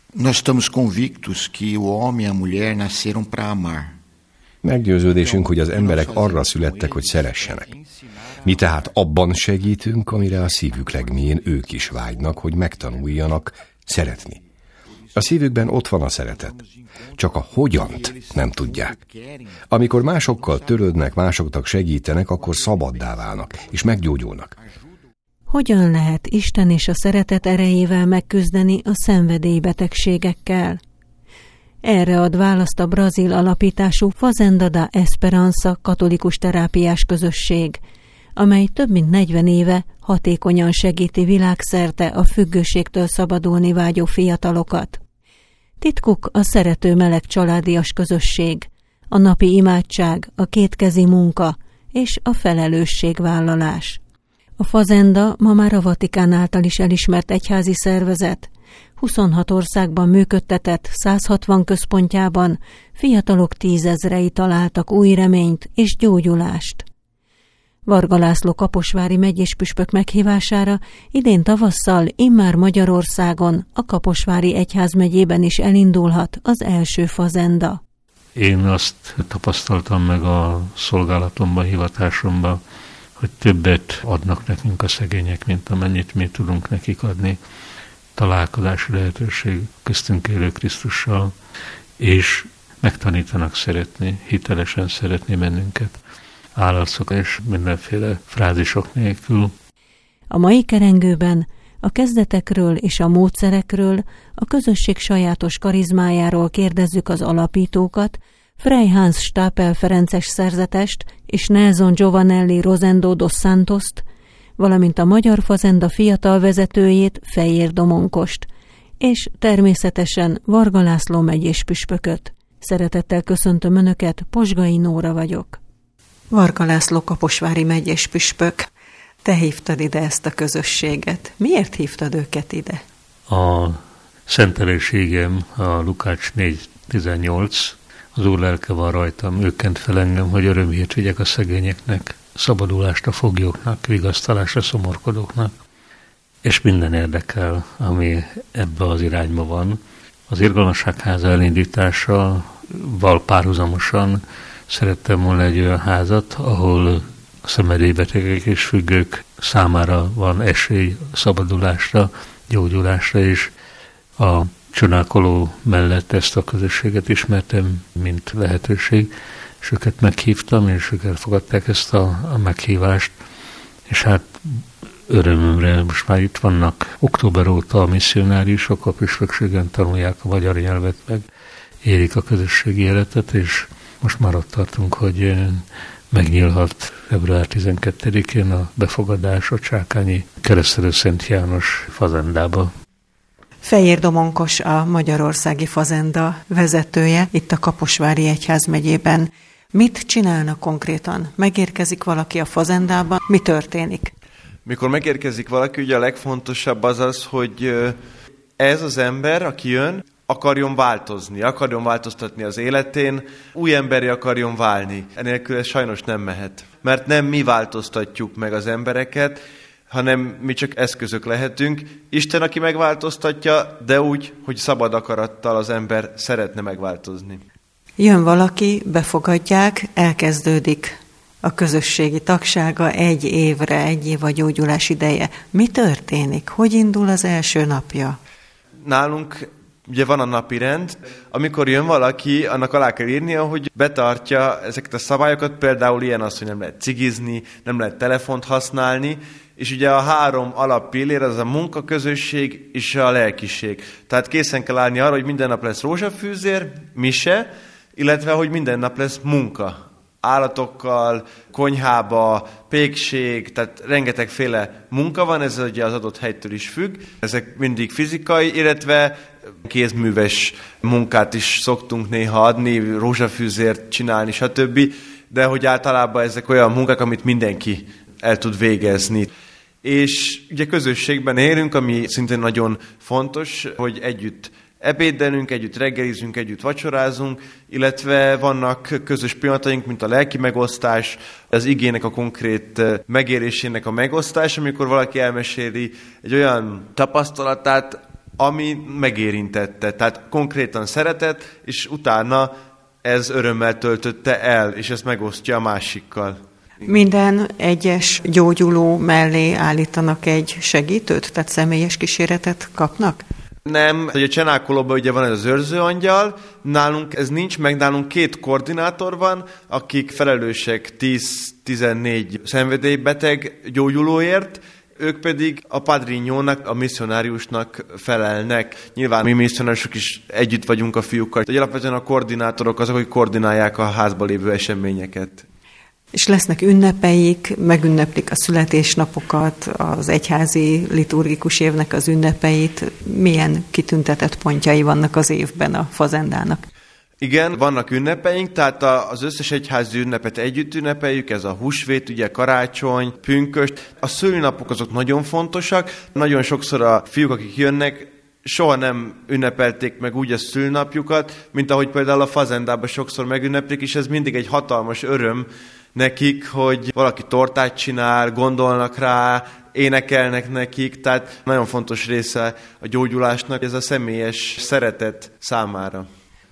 Nós estamos convictos que o homem e a mulher nasceram para amar. Meggyőződésünk, hogy az emberek arra születtek, hogy szeressenek. Mi tehát abban segítünk, amire a szívük legmélyén ők is vágynak, hogy megtanuljanak szeretni. A szívükben ott van a szeretet. Csak a hogyant nem tudják. Amikor másokkal törődnek, másoknak segítenek, akkor szabaddá válnak, és meggyógyulnak. Hogyan lehet Isten és a szeretet erejével megküzdeni a szenvedélybetegségekkel? Erre ad választ a brazil alapítású Fazenda da Esperança katolikus terápiás közösség, amely több mint 40 éve hatékonyan segíti világszerte a függőségtől szabadulni vágyó fiatalokat. Titkuk a szerető meleg családias közösség, a napi imádság, a kétkezi munka és a felelősségvállalás. A Fazenda ma már a Vatikán által is elismert egyházi szervezet. 26 országban működtetett 160 központjában fiatalok 10 000-ei találtak új reményt és gyógyulást. Varga László kaposvári megyéspüspök meghívására idén tavasszal immár Magyarországon, a Kaposvári egyházmegyében is elindulhat az első Fazenda. Én azt tapasztaltam meg a szolgálatomban, hivatásomban, hogy többet adnak nekünk a szegények, mint amennyit mi tudunk nekik adni. Találkozási lehetőség köztünk élő Krisztussal, és megtanítanak szeretni, hitelesen szeretni bennünket, állarcok és mindenféle frázisok nélkül. A mai kerengőben a kezdetekről és a módszerekről, a közösség sajátos karizmájáról kérdezzük az alapítókat, Frei Hans Stapel ferences szerzetest és Nelson Giovanelli Rosendo dos Santost, valamint a Magyar Fazenda fiatal vezetőjét, Fejér Domonkost, és természetesen Varga László megyéspüspököt. Szeretettel köszöntöm Önöket, Posgai Nóra vagyok. Varga László kaposvári megyéspüspök, te hívtad ide ezt a közösséget. Miért hívtad őket ide? A szentelőségem, a Lukács 4:18, az Úr lelke van rajtam, ő kent fel engem, hogy örömhírt vigyek a szegényeknek, szabadulást a foglyoknak, vigasztalást a szomorkodóknak, és minden érdekel, ami ebbe az irányba van. Az Irgalmasságháza elindításával párhuzamosan szerettem volna egy olyan házat, ahol a szenvedélybetegek és függők számára van esély szabadulásra, gyógyulásra, és a csodálkoló mellett ezt a közösséget ismertem, mint lehetőség, és őket meghívtam, és ők elfogadták ezt a meghívást, és hát örömömre most már itt vannak. Október óta a misszionáriusok a püspökségen tanulják a magyar nyelvet, meg élik a közösségi életet, és most már ott tartunk, hogy megnyílhat február 12-én a befogadás a Csákányi Keresztelő Szent János Fazendába. Fejér Domonkos a Magyarországi Fazenda vezetője itt a Kaposvári egyházmegyében. Mit csinálnak konkrétan? Megérkezik valaki a Fazendában? Mi történik? Mikor megérkezik valaki, ugye a legfontosabb az, hogy ez az ember, aki jön, akarjon változni, akarjon változtatni az életén, új emberi akarjon válni. Enélkül ez sajnos nem mehet. Mert nem mi változtatjuk meg az embereket, hanem mi csak eszközök lehetünk. Isten, aki megváltoztatja, de úgy, hogy szabad akarattal az ember szeretne megváltozni. Jön valaki, befogadják, elkezdődik a közösségi tagsága egy év a gyógyulás ideje. Mi történik? Hogy indul az első napja? Nálunk ugye van a napi rend, amikor jön valaki, annak alá kell írnia, hogy betartja ezeket a szabályokat, például ilyen az, hogy nem lehet cigizni, nem lehet telefont használni, és ugye a 3 alappillér az a munkaközösség és a lelkiség. Tehát készen kell állni arra, hogy minden nap lesz rózsafűzér, mise, illetve hogy minden nap lesz munka. Állatokkal, konyhába, pékség, tehát rengetegféle munka van, ez ugye az adott helytől is függ. Ezek mindig fizikai, illetve kézműves munkát is szoktunk néha adni, rózsafűzért csinálni, stb. De hogy általában ezek olyan munkák, amit mindenki el tud végezni. És ugye közösségben élünk, ami szintén nagyon fontos, hogy együtt ebédelünk, együtt reggelizünk, együtt vacsorázunk, illetve vannak közös pillanataink, mint a lelki megosztás, az igének a konkrét megélésének a megosztás, amikor valaki elmeséli egy olyan tapasztalatát, ami megérintette. Tehát konkrétan szeretett, és utána ez örömmel töltötte el, és ezt megosztja a másikkal. Minden egyes gyógyuló mellé állítanak egy segítőt, tehát személyes kíséretet kapnak? Nem, hogy a csenákolóban ugye van ez az őrzőangyal, nálunk ez nincs, meg nálunk 2 koordinátor van, akik felelősek 10-14 szenvedélybeteg gyógyulóért, ők pedig a padrinyónak, a misszionáriusnak felelnek. Nyilván mi misszionáriusok is együtt vagyunk a fiúkkal. Alapvetően a koordinátorok azok, hogy koordinálják a házban lévő eseményeket. És lesznek ünnepeik, megünneplik a születésnapokat, az egyházi liturgikus évnek az ünnepeit. Milyen kitüntetett pontjai vannak az évben a fazendának? Igen, vannak ünnepeink, tehát az összes egyházi ünnepet együtt ünnepeljük, ez a húsvét, ugye karácsony, pünköst. A szülinapok azok nagyon fontosak. Nagyon sokszor a fiúk, akik jönnek, soha nem ünnepelték meg úgy a szülinapjukat, mint ahogy például a fazendában sokszor megünneplik, és ez mindig egy hatalmas öröm nekik, hogy valaki tortát csinál, gondolnak rá, énekelnek nekik, tehát nagyon fontos része a gyógyulásnak ez a személyes szeretet számára.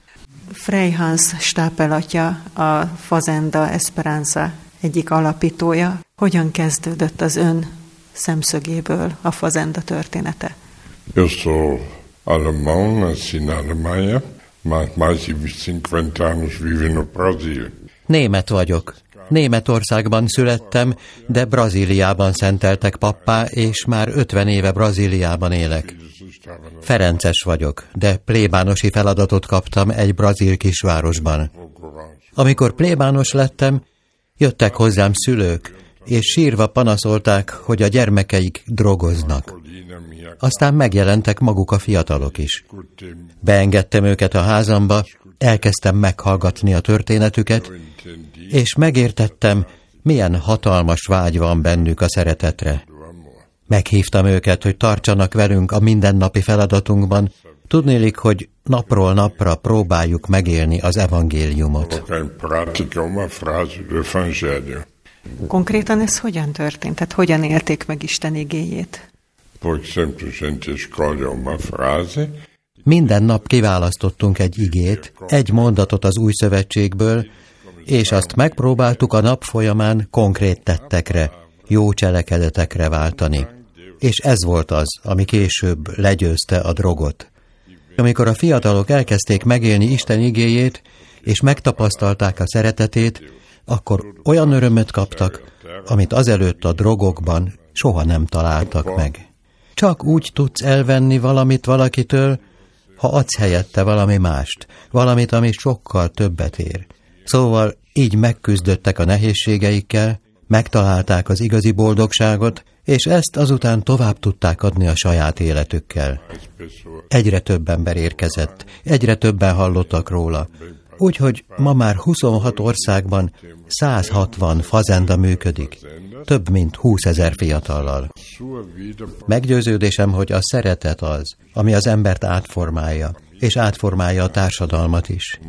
Frej Hans Stápel atya, a Fazenda Esperanza egyik alapítója. Hogyan kezdődött az ön szemszögéből a fazenda története? Eu sou alemão, nasci na Alemanha, mas mais de 50 anos vivo no Brasil. Német vagyok. Németországban születtem, de Brazíliában szenteltek pappá, és már 50 éve Brazíliában élek. Ferences vagyok, de plébánosi feladatot kaptam egy brazil kisvárosban. Amikor plébános lettem, jöttek hozzám szülők, és sírva panaszolták, hogy a gyermekeik drogoznak. Aztán megjelentek maguk a fiatalok is. Beengedtem őket a házamba, elkezdtem meghallgatni a történetüket, és megértettem, milyen hatalmas vágy van bennük a szeretetre. Meghívtam őket, hogy tartsanak velünk a mindennapi feladatunkban, tudnélik, hogy napról napra próbáljuk megélni az evangéliumot. Konkrétan ez hogyan történt? Tehát hogyan élték meg Isten igéjét? Minden nap kiválasztottunk egy igét, egy mondatot az Új Szövetségből, és azt megpróbáltuk a nap folyamán konkrét tettekre, jó cselekedetekre váltani. És ez volt az, ami később legyőzte a drogot. Amikor a fiatalok elkezdték megélni Isten igéjét, és megtapasztalták a szeretetét, akkor olyan örömöt kaptak, amit azelőtt a drogokban soha nem találtak meg. Csak úgy tudsz elvenni valamit valakitől, ha adsz helyette valami mást, valamit, ami sokkal többet ér. Szóval így megküzdöttek a nehézségeikkel, megtalálták az igazi boldogságot, és ezt azután tovább tudták adni a saját életükkel. Egyre több ember érkezett, egyre többen hallottak róla. Úgyhogy ma már 26 országban 160 fazenda működik, több mint 20 000 fiatallal. Meggyőződésem, hogy a szeretet az, ami az embert átformálja, és átformálja a társadalmat is.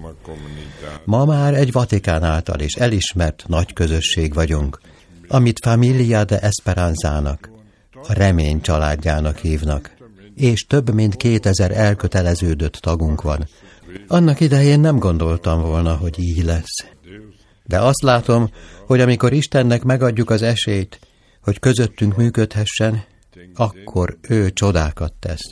Ma már egy Vatikán által is elismert nagy közösség vagyunk, amit Familia de Esperanzának, a remény családjának hívnak, és több mint 2000 elköteleződött tagunk van. Annak idején nem gondoltam volna, hogy így lesz. De azt látom, hogy amikor Istennek megadjuk az esélyt, hogy közöttünk működhessen, akkor ő csodákat tesz.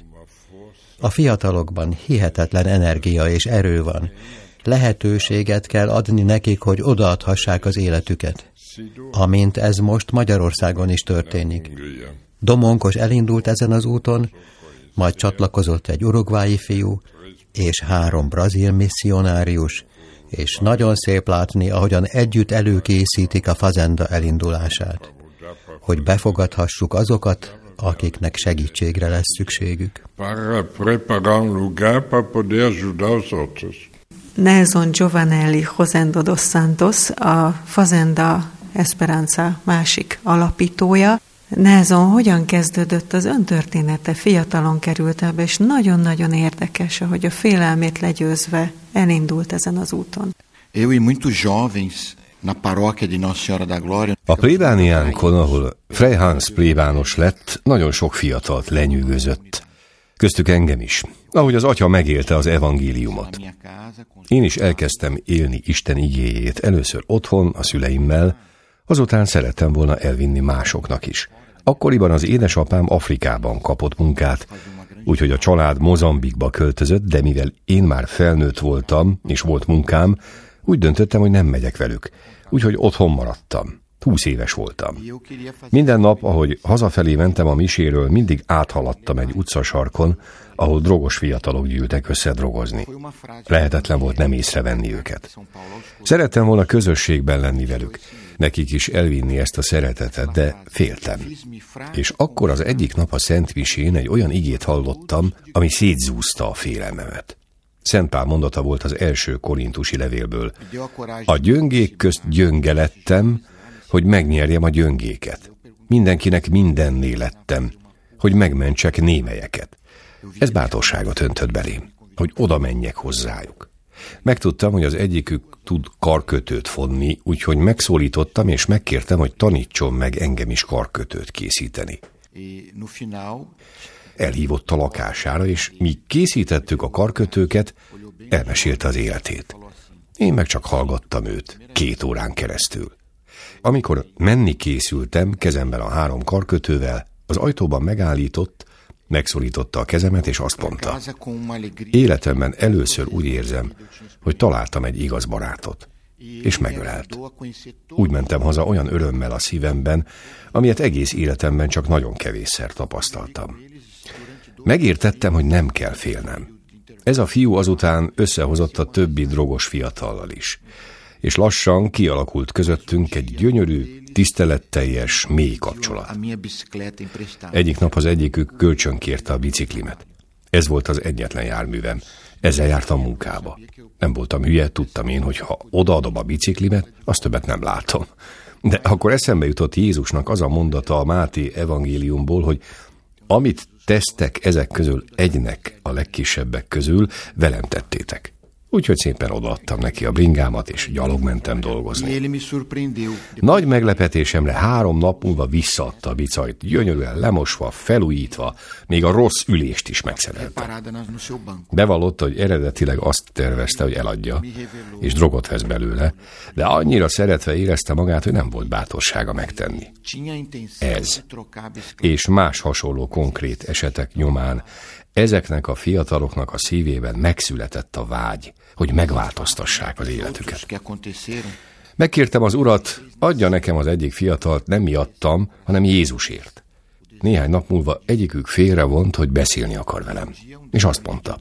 A fiatalokban hihetetlen energia és erő van. Lehetőséget kell adni nekik, hogy odaadhassák az életüket. Amint ez most Magyarországon is történik. Domonkos elindult ezen az úton, majd csatlakozott egy urugvái fiú, és 3 brazil misszionárius, és nagyon szép látni, ahogyan együtt előkészítik a fazenda elindulását, hogy befogadhassuk azokat, akiknek segítségre lesz szükségük. Nelson Giovanelli Rosendo dos Santos, a Fazenda Esperanza másik alapítója. Nelson, hogyan kezdődött az ön története? Fiatalon került ebbe, és nagyon-nagyon érdekes, ahogy a félelmét legyőzve elindult ezen az úton. Eu e muitos jovens na paróquia de Nossa Senhora da Glória. A plébániánkon, ahol Frej Hans plébános lett, nagyon sok fiatalt lenyűgözött. Köztük engem is, ahogy az atya megélte az evangéliumot. Én is elkezdtem élni Isten igéjét, először otthon, a szüleimmel, azután szerettem volna elvinni másoknak is. Akkoriban az édesapám Afrikában kapott munkát, úgyhogy a család Mozambikba költözött, de mivel én már felnőtt voltam, és volt munkám, úgy döntöttem, hogy nem megyek velük, úgyhogy otthon maradtam. 20 éves voltam. Minden nap, ahogy hazafelé mentem a miséről, mindig áthaladtam egy utcasarkon, ahol drogos fiatalok gyűltek össze drogozni. Lehetetlen volt nem észrevenni őket. Szerettem volna közösségben lenni velük, nekik is elvinni ezt a szeretetet, de féltem. És akkor az egyik nap a Szent Misén egy olyan igét hallottam, ami szétzúzta a félelmemet. Szent Pál mondata volt az első korintusi levélből. A gyöngék közt gyönge lettem, hogy megnyerjem a gyöngéket. Mindenkinek mindenné lettem, hogy megmentsek némelyeket. Ez bátorságot öntött belém, hogy oda menjek hozzájuk. Megtudtam, hogy az egyikük tud karkötőt fonni, úgyhogy megszólítottam, és megkértem, hogy tanítson meg engem is karkötőt készíteni. Elhívott a lakására, és míg készítettük a karkötőket, elmesélte az életét. Én meg csak hallgattam őt 2 órán keresztül. Amikor menni készültem, kezemben a 3 karkötővel, az ajtóban megállított, megszorította a kezemet, és azt mondta: életemben először úgy érzem, hogy találtam egy igaz barátot, és megölelt. Úgy mentem haza olyan örömmel a szívemben, amilyet egész életemben csak nagyon kevésszer tapasztaltam. Megértettem, hogy nem kell félnem. Ez a fiú azután összehozott a többi drogos fiatallal is, és lassan kialakult közöttünk egy gyönyörű, tiszteletteljes, mély kapcsolat. Egyik nap az egyikük kölcsönkérte a biciklimet. Ez volt az egyetlen járművem. Ezzel jártam munkába. Nem voltam hülye, tudtam én, hogy ha odaadom a biciklimet, azt többet nem látom. De akkor eszembe jutott Jézusnak az a mondata a Máté evangéliumból, hogy amit tesztek ezek közül egynek, a legkisebbek közül, velem tettétek. Úgyhogy szépen odaadtam neki a bringámat, és gyalog mentem dolgozni. Nagy meglepetésemre 3 nap múlva visszaadta a bicajt, gyönyörűen lemosva, felújítva, még a rossz ülést is megszerelte. Bevallotta, hogy eredetileg azt tervezte, hogy eladja, és drogot vesz belőle, de annyira szeretve érezte magát, hogy nem volt bátorsága megtenni. Ez, és más hasonló konkrét esetek nyomán ezeknek a fiataloknak a szívében megszületett a vágy, hogy megváltoztassák az életüket. Megkértem az Urat, adja nekem az egyik fiatalt nem miattam, hanem Jézusért. Néhány nap múlva egyikük félrevont, hogy beszélni akar velem. És azt mondta: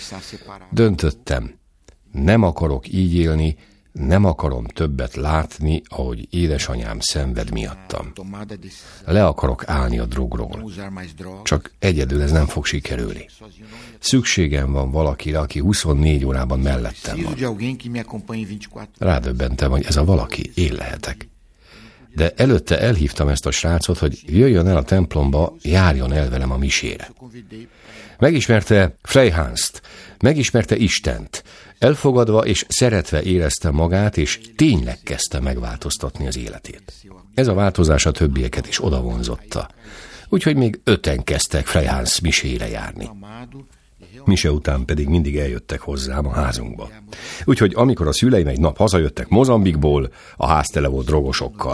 döntöttem, nem akarok így élni, nem akarom többet látni, ahogy édesanyám szenved miattam. Le akarok állni a drogról. Csak egyedül ez nem fog sikerülni. Szükségem van valakire, aki 24 órában mellettem van. Rádöbbentem, hogy ez a valaki én lehetek. De előtte elhívtam ezt a srácot, hogy jöjjön el a templomba, járjon el velem a misére. Megismerte Freyhanst, megismerte Istent, elfogadva és szeretve érezte magát, és tényleg kezdte megváltoztatni az életét. Ez a változás a többieket is odavonzotta. Úgyhogy még 5-en kezdtek Freyhanst misére járni. Mise után pedig mindig eljöttek hozzám a házunkba. Úgyhogy amikor a szüleim egy nap hazajöttek Mozambikból, a ház tele volt drogosokkal.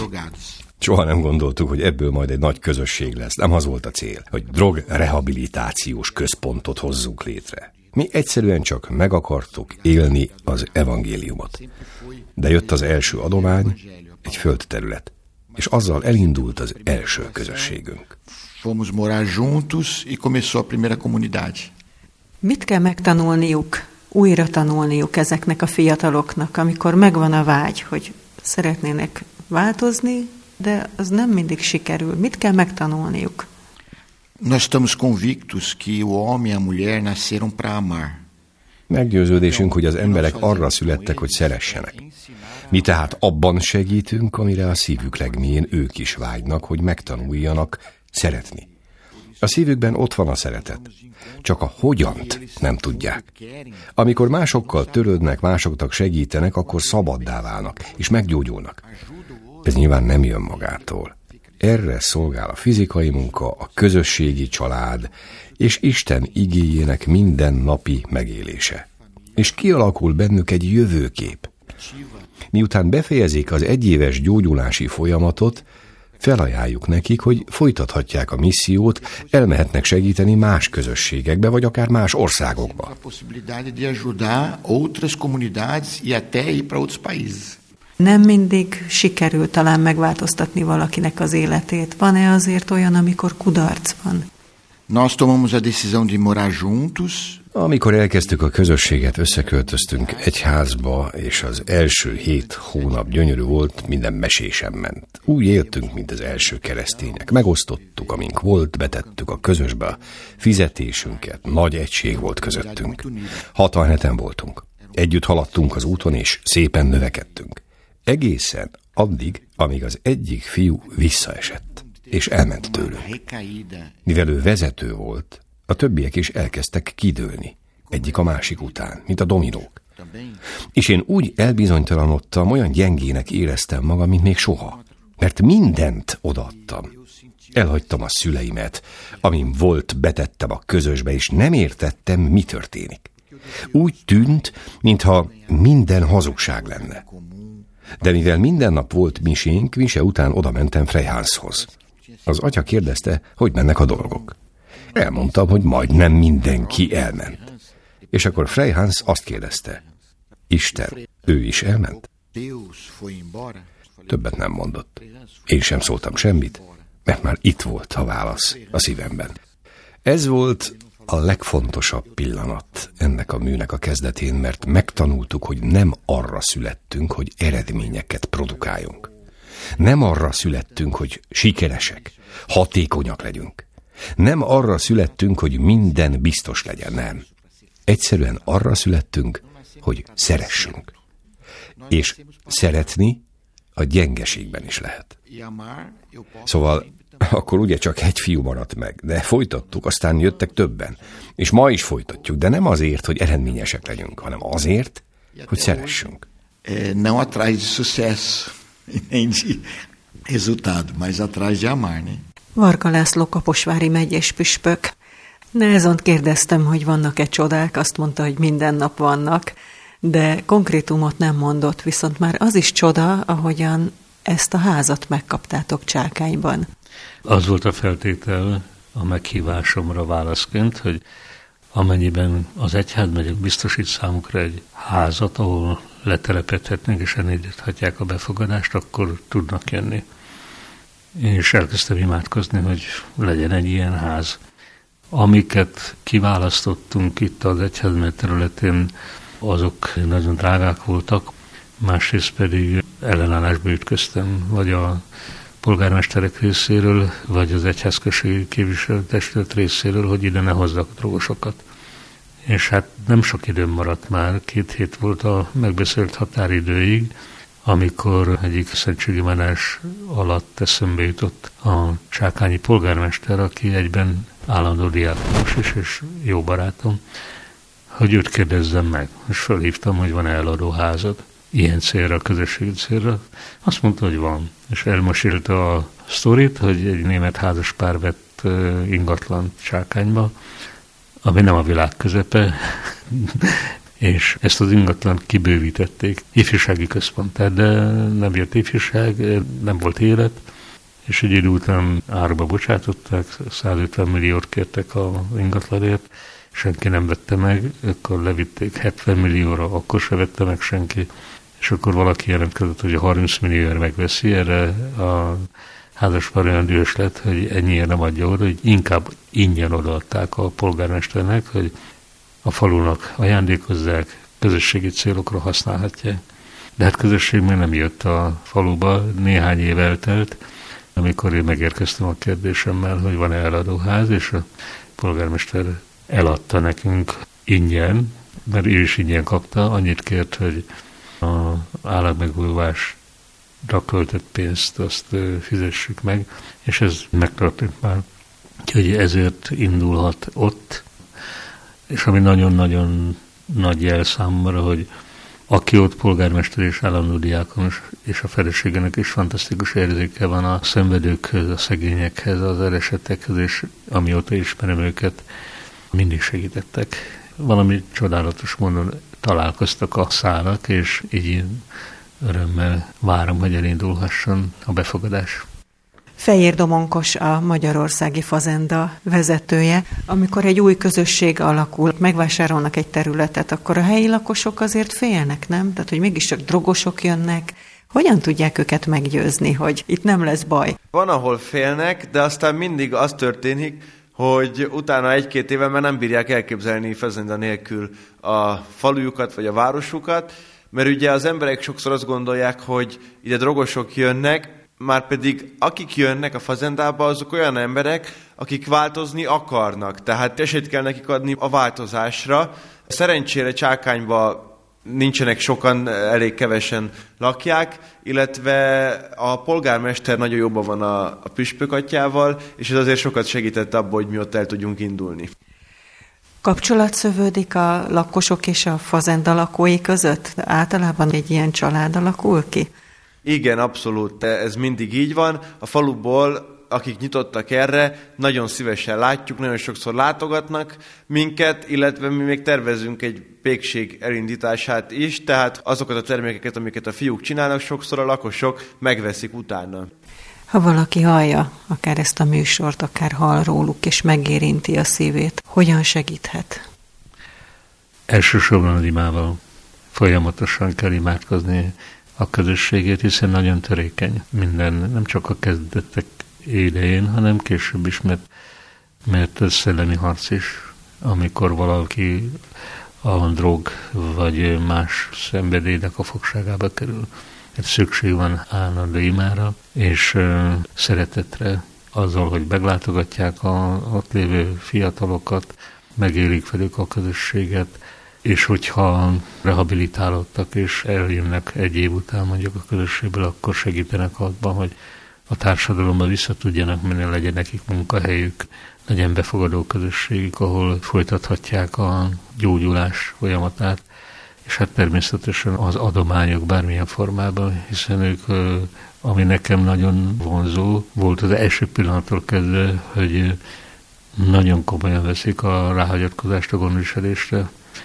Soha nem gondoltuk, hogy ebből majd egy nagy közösség lesz. Nem az volt a cél, hogy drogrehabilitációs központot hozzunk létre. Mi egyszerűen csak meg akartuk élni az evangéliumot. De jött az első adomány, egy földterület, és azzal elindult az első közösségünk. Fomos morar juntos e começou a primeira comunidade. Mit kell megtanulniuk, újra tanulniuk ezeknek a fiataloknak, amikor megvan a vágy, hogy szeretnének változni, de az nem mindig sikerül. Mit kell megtanulniuk? Nós estamos convictos que o homem e a mulher nasceram para amar. Meggyőződésünk, hogy az emberek arra születtek, hogy szeressenek. Mi tehát abban segítünk, amire a szívük legmélyén ők is vágynak, hogy megtanuljanak szeretni. A szívükben ott van a szeretet, csak a hogyant nem tudják. Amikor másokkal törődnek, másoknak segítenek, akkor szabaddá válnak, és meggyógyulnak. Ez nyilván nem jön magától. Erre szolgál a fizikai munka, a közösségi család, és Isten igéjének mindennapi megélése. És kialakul bennük egy jövőkép. Miután befejezik az egyéves gyógyulási folyamatot, felajánljuk nekik, hogy folytathatják a missziót, elmehetnek segíteni más közösségekbe, vagy akár más országokba. Nem mindig sikerül talán megváltoztatni valakinek az életét. Van-e azért olyan, amikor kudarc van? Nós tomamos a decisão de morar juntos. Amikor elkezdtük a közösséget, összeköltöztünk egy házba, és az első 7 hónap gyönyörű volt, minden mesésen ment. Úgy éltünk, mint az első keresztények. Megosztottuk, amink volt, betettük a közösbe a fizetésünket. Nagy egység volt közöttünk. 67-en voltunk. Együtt haladtunk az úton, és szépen növekedtünk. Egészen addig, amíg az egyik fiú visszaesett, és elment tőlünk. Mivel ő vezető volt, a többiek is elkezdtek kidőlni, egyik a másik után, mint a dominók. És én úgy elbizonytalanodtam, olyan gyengének éreztem magam, mint még soha. Mert mindent odaadtam. Elhagytam a szüleimet, amin volt, betettem a közösbe, és nem értettem, mi történik. Úgy tűnt, mintha minden hazugság lenne. De mivel minden nap volt misénk, mise után oda mentem Freyhanshoz. Az atya kérdezte, hogy mennek a dolgok. Elmondtam, hogy majdnem mindenki elment. És akkor Freyhans azt kérdezte, Isten, ő is elment? Többet nem mondott. Én sem szóltam semmit, mert már itt volt a válasz a szívemben. Ez volt a legfontosabb pillanat ennek a műnek a kezdetén, mert megtanultuk, hogy nem arra születtünk, hogy eredményeket produkáljunk. Nem arra születtünk, hogy sikeresek, hatékonyak legyünk. Nem arra születtünk, hogy minden biztos legyen, nem. Egyszerűen arra születtünk, hogy szeressünk. És szeretni a gyengeségben is lehet. Szóval akkor ugye csak egy fiú maradt meg, de folytattuk, aztán jöttek többen. És ma is folytatjuk, de nem azért, hogy eredményesek legyünk, hanem azért, hogy szeressünk. Nem atrás de sucesso, nem de resultado, mas atrás de amar, né? Varga László kaposvári megyés püspök. Nehezont kérdeztem, hogy vannak-e csodák, azt mondta, hogy minden nap vannak, de konkrétumot nem mondott, viszont már az is csoda, ahogyan ezt a házat megkaptátok Csákányban. Az volt a feltétel a meghívásomra válaszként, hogy amennyiben az egyházmegyek biztosít számukra egy házat, ahol letelepedhetnek és elindíthatják a befogadást, akkor tudnak jönni. És elkezdtem imádkozni, hogy legyen egy ilyen ház. Amiket kiválasztottunk itt az egyházmegy területén, azok nagyon drágák voltak, másrészt pedig ellenállásba ütköztem, vagy a polgármesterek részéről, vagy az egyházközségi képviselőtestület részéről, hogy ide ne hozzak drogosokat. És hát nem sok időm maradt már, 2 hét volt a megbeszélt határidőig, amikor egyik szentségimádás alatt eszembe jutott a csákányi polgármester, aki egyben állandó diákonos is, és jó barátom, hogy őt kérdezzem meg. És felhívtam, hogy van eladó házad, ilyen célra, közösségi célra. Azt mondta, hogy van. És elmesélte a sztorit, hogy egy német házaspár vett ingatlan Csákányba, ami nem a világ közepe, és ezt az ingatlant kibővítették ifjúsági központtá, de nem jött ifjúság, nem volt élet, és egy idő után árba bocsátották, 150 milliót kértek az ingatlanért, senki nem vette meg, akkor levitték 70 millióra, akkor se vette meg senki, és akkor valaki jelentkezett, hogy a 30 millióért megveszi, erre a házaspár olyan dühös lett, hogy ennyiért nem adja oda, hogy inkább ingyen odaadták a polgármesternek, hogy a falunak ajándékozzák, közösségi célokra használhatják. De hát közösség még nem jött a faluba, néhány év eltelt, amikor én megérkeztem a kérdésemmel, hogy van-e eladóház, és a polgármester eladta nekünk ingyen, mert ő is ingyen kapta, annyit kért, hogy az állatmegújulásra költött pénzt, azt fizessük meg, és ez megtörtént már. Úgyhogy ezért indulhat ott, és ami nagyon-nagyon nagy jel számomra, hogy aki ott polgármester és állandó diákonos, és a feleségének is fantasztikus érzéke van a szenvedőkhöz, a szegényekhez, az elesettekhez, és amióta ismerem őket, mindig segítettek. Valami csodálatos módon találkoztak a szálak, és így örömmel várom, hogy elindulhasson a befogadás. Fejér Domonkos a Magyarországi Fazenda vezetője. Amikor egy új közösség alakul, megvásárolnak egy területet, akkor a helyi lakosok azért félnek, nem? Tehát, hogy mégiscsak drogosok jönnek. Hogyan tudják őket meggyőzni, hogy itt nem lesz baj? Van, ahol félnek, de aztán mindig az történik, hogy utána 1-2 éven már nem bírják elképzelni Fazenda nélkül a falujukat vagy a városukat, mert ugye az emberek sokszor azt gondolják, hogy ide drogosok jönnek, márpedig akik jönnek a Fazendába, azok olyan emberek, akik változni akarnak. Tehát esélyt kell nekik adni a változásra. Szerencsére Csákányban nincsenek sokan, elég kevesen lakják, illetve a polgármester nagyon jobban van a püspök atyával, és ez azért sokat segített abban, hogy mi ott el tudjunk indulni. Kapcsolat szövődik a lakosok és a Fazenda lakói között? Általában egy ilyen család alakul ki? Igen, abszolút. Ez mindig így van. A faluból, akik nyitottak erre, nagyon szívesen látjuk, nagyon sokszor látogatnak minket, illetve mi még tervezünk egy pékség elindítását is, tehát azokat a termékeket, amiket a fiúk csinálnak, sokszor a lakosok megveszik utána. Ha valaki hallja akár ezt a műsort, akár hall róluk, és megérinti a szívét, hogyan segíthet? Elsősorban az imával. Folyamatosan kell imádkozni a közösségét, hiszen nagyon törékeny minden, nem csak a kezdetek idején, hanem később is, mert ez szellemi harc is, amikor valaki a drog vagy más szenvedélynek a fogságába kerül. Szükség van állandó imára, és szeretetre azzal, hogy meglátogatják ott lévő fiatalokat, megélik velük a közösséget, és hogyha rehabilitálódtak és eljönnek egy év után mondjuk a közösségből, akkor segítenek abban, hogy a társadalomba vissza tudjanak menni, legyen nekik munkahelyük, legyen befogadó közösségük, ahol folytathatják a gyógyulás folyamatát, és hát természetesen az adományok bármilyen formában, hiszen ők, ami nekem nagyon vonzó volt az első pillanattól kezdve, hogy nagyon komolyan veszik a ráhagyatkozást a gondviselésre,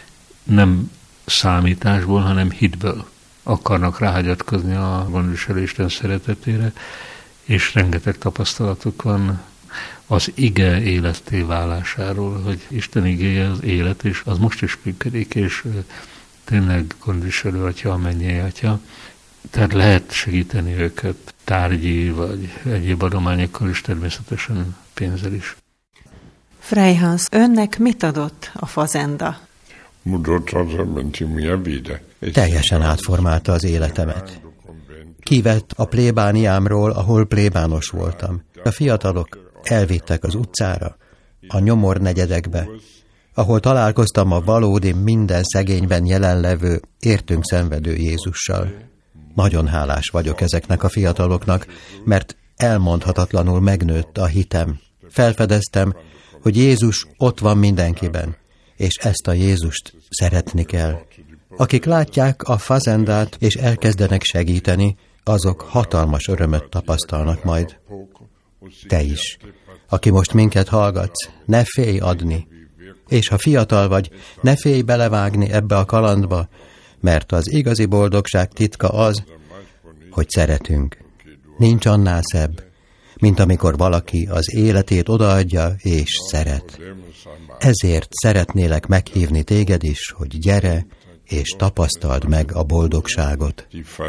nem számításból, hanem hitből akarnak ráhagyatkozni a gondviselő Isten szeretetére, és rengeteg tapasztalatuk van az ige életté válásáról, hogy Isten igéje az élet, és az most is működik, és tényleg gondviselő atya, a mennyei atya. Tehát lehet segíteni őket tárgyi vagy egyéb adományokkal, és természetesen pénzzel is. Freyhans, önnek mit adott a Fazenda? Teljesen átformálta az életemet. Kivett a plébániámról, ahol plébános voltam. A fiatalok elvittek az utcára, a nyomornegyedekbe, ahol találkoztam a valódi minden szegényben jelenlevő, értünk szenvedő Jézussal. Nagyon hálás vagyok ezeknek a fiataloknak, mert elmondhatatlanul megnőtt a hitem. Felfedeztem, hogy Jézus ott van mindenkiben, és ezt a Jézust szeretni kell. Akik látják a Fazendát és elkezdenek segíteni, azok hatalmas örömöt tapasztalnak majd. Te is, aki most minket hallgatsz, ne félj adni, és ha fiatal vagy, ne félj belevágni ebbe a kalandba, mert az igazi boldogság titka az, hogy szeretünk. Nincs annál szebb, mint amikor valaki az életét odaadja és szeret. Ezért szeretnélek meghívni téged is, hogy gyere és tapasztald meg a boldogságot.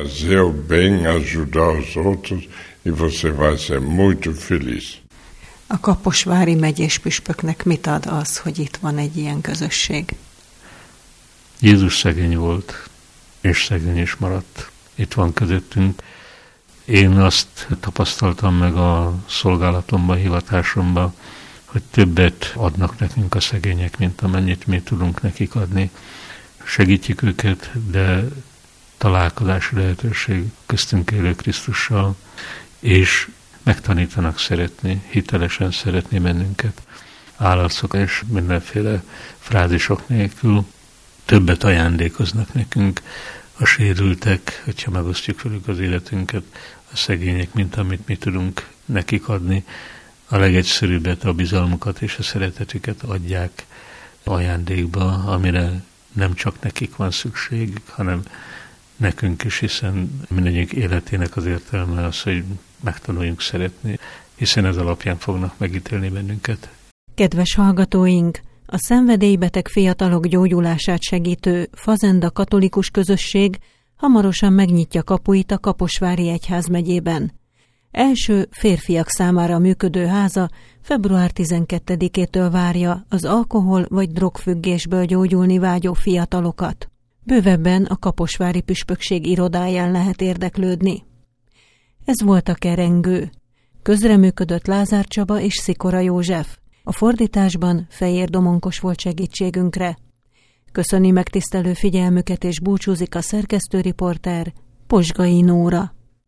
A kaposvári megyés püspöknek mit ad az, hogy itt van egy ilyen közösség? Jézus szegény volt, és szegény is maradt. Itt van közöttünk. Én azt tapasztaltam meg a szolgálatomban, hivatásomban, hogy többet adnak nekünk a szegények, mint amennyit mi tudunk nekik adni. Segítjük őket, de találkozási lehetőség köztünk élő Krisztussal, és megtanítanak szeretni, hitelesen szeretni bennünket. Állarcok és mindenféle frázisok nélkül többet ajándékoznak nekünk, a sérültek, hogyha megosztjuk velük az életünket, a szegények, mint amit mi tudunk nekik adni, a legegyszerűbbet, a bizalmukat és a szeretetüket adják ajándékba, amire nem csak nekik van szükségük, hanem nekünk is, hiszen mindegyik életének az értelme az, hogy megtanuljunk szeretni, hiszen ez alapján fognak megítélni bennünket. Kedves hallgatóink! A szenvedélybeteg fiatalok gyógyulását segítő Fazenda katolikus közösség hamarosan megnyitja kapuit a Kaposvári egyházmegyében. Első férfiak számára működő háza február 12-től várja az alkohol- vagy drogfüggésből gyógyulni vágyó fiatalokat. Bővebben a Kaposvári Püspökség irodáján lehet érdeklődni. Ez volt a Kerengő. Közreműködött Lázár Csaba és Szikora József. A fordításban Fejér Domonkos volt segítségünkre. Köszöni megtisztelő figyelmüket és búcsúzik a szerkesztőriporter, Pozsgai Nóra.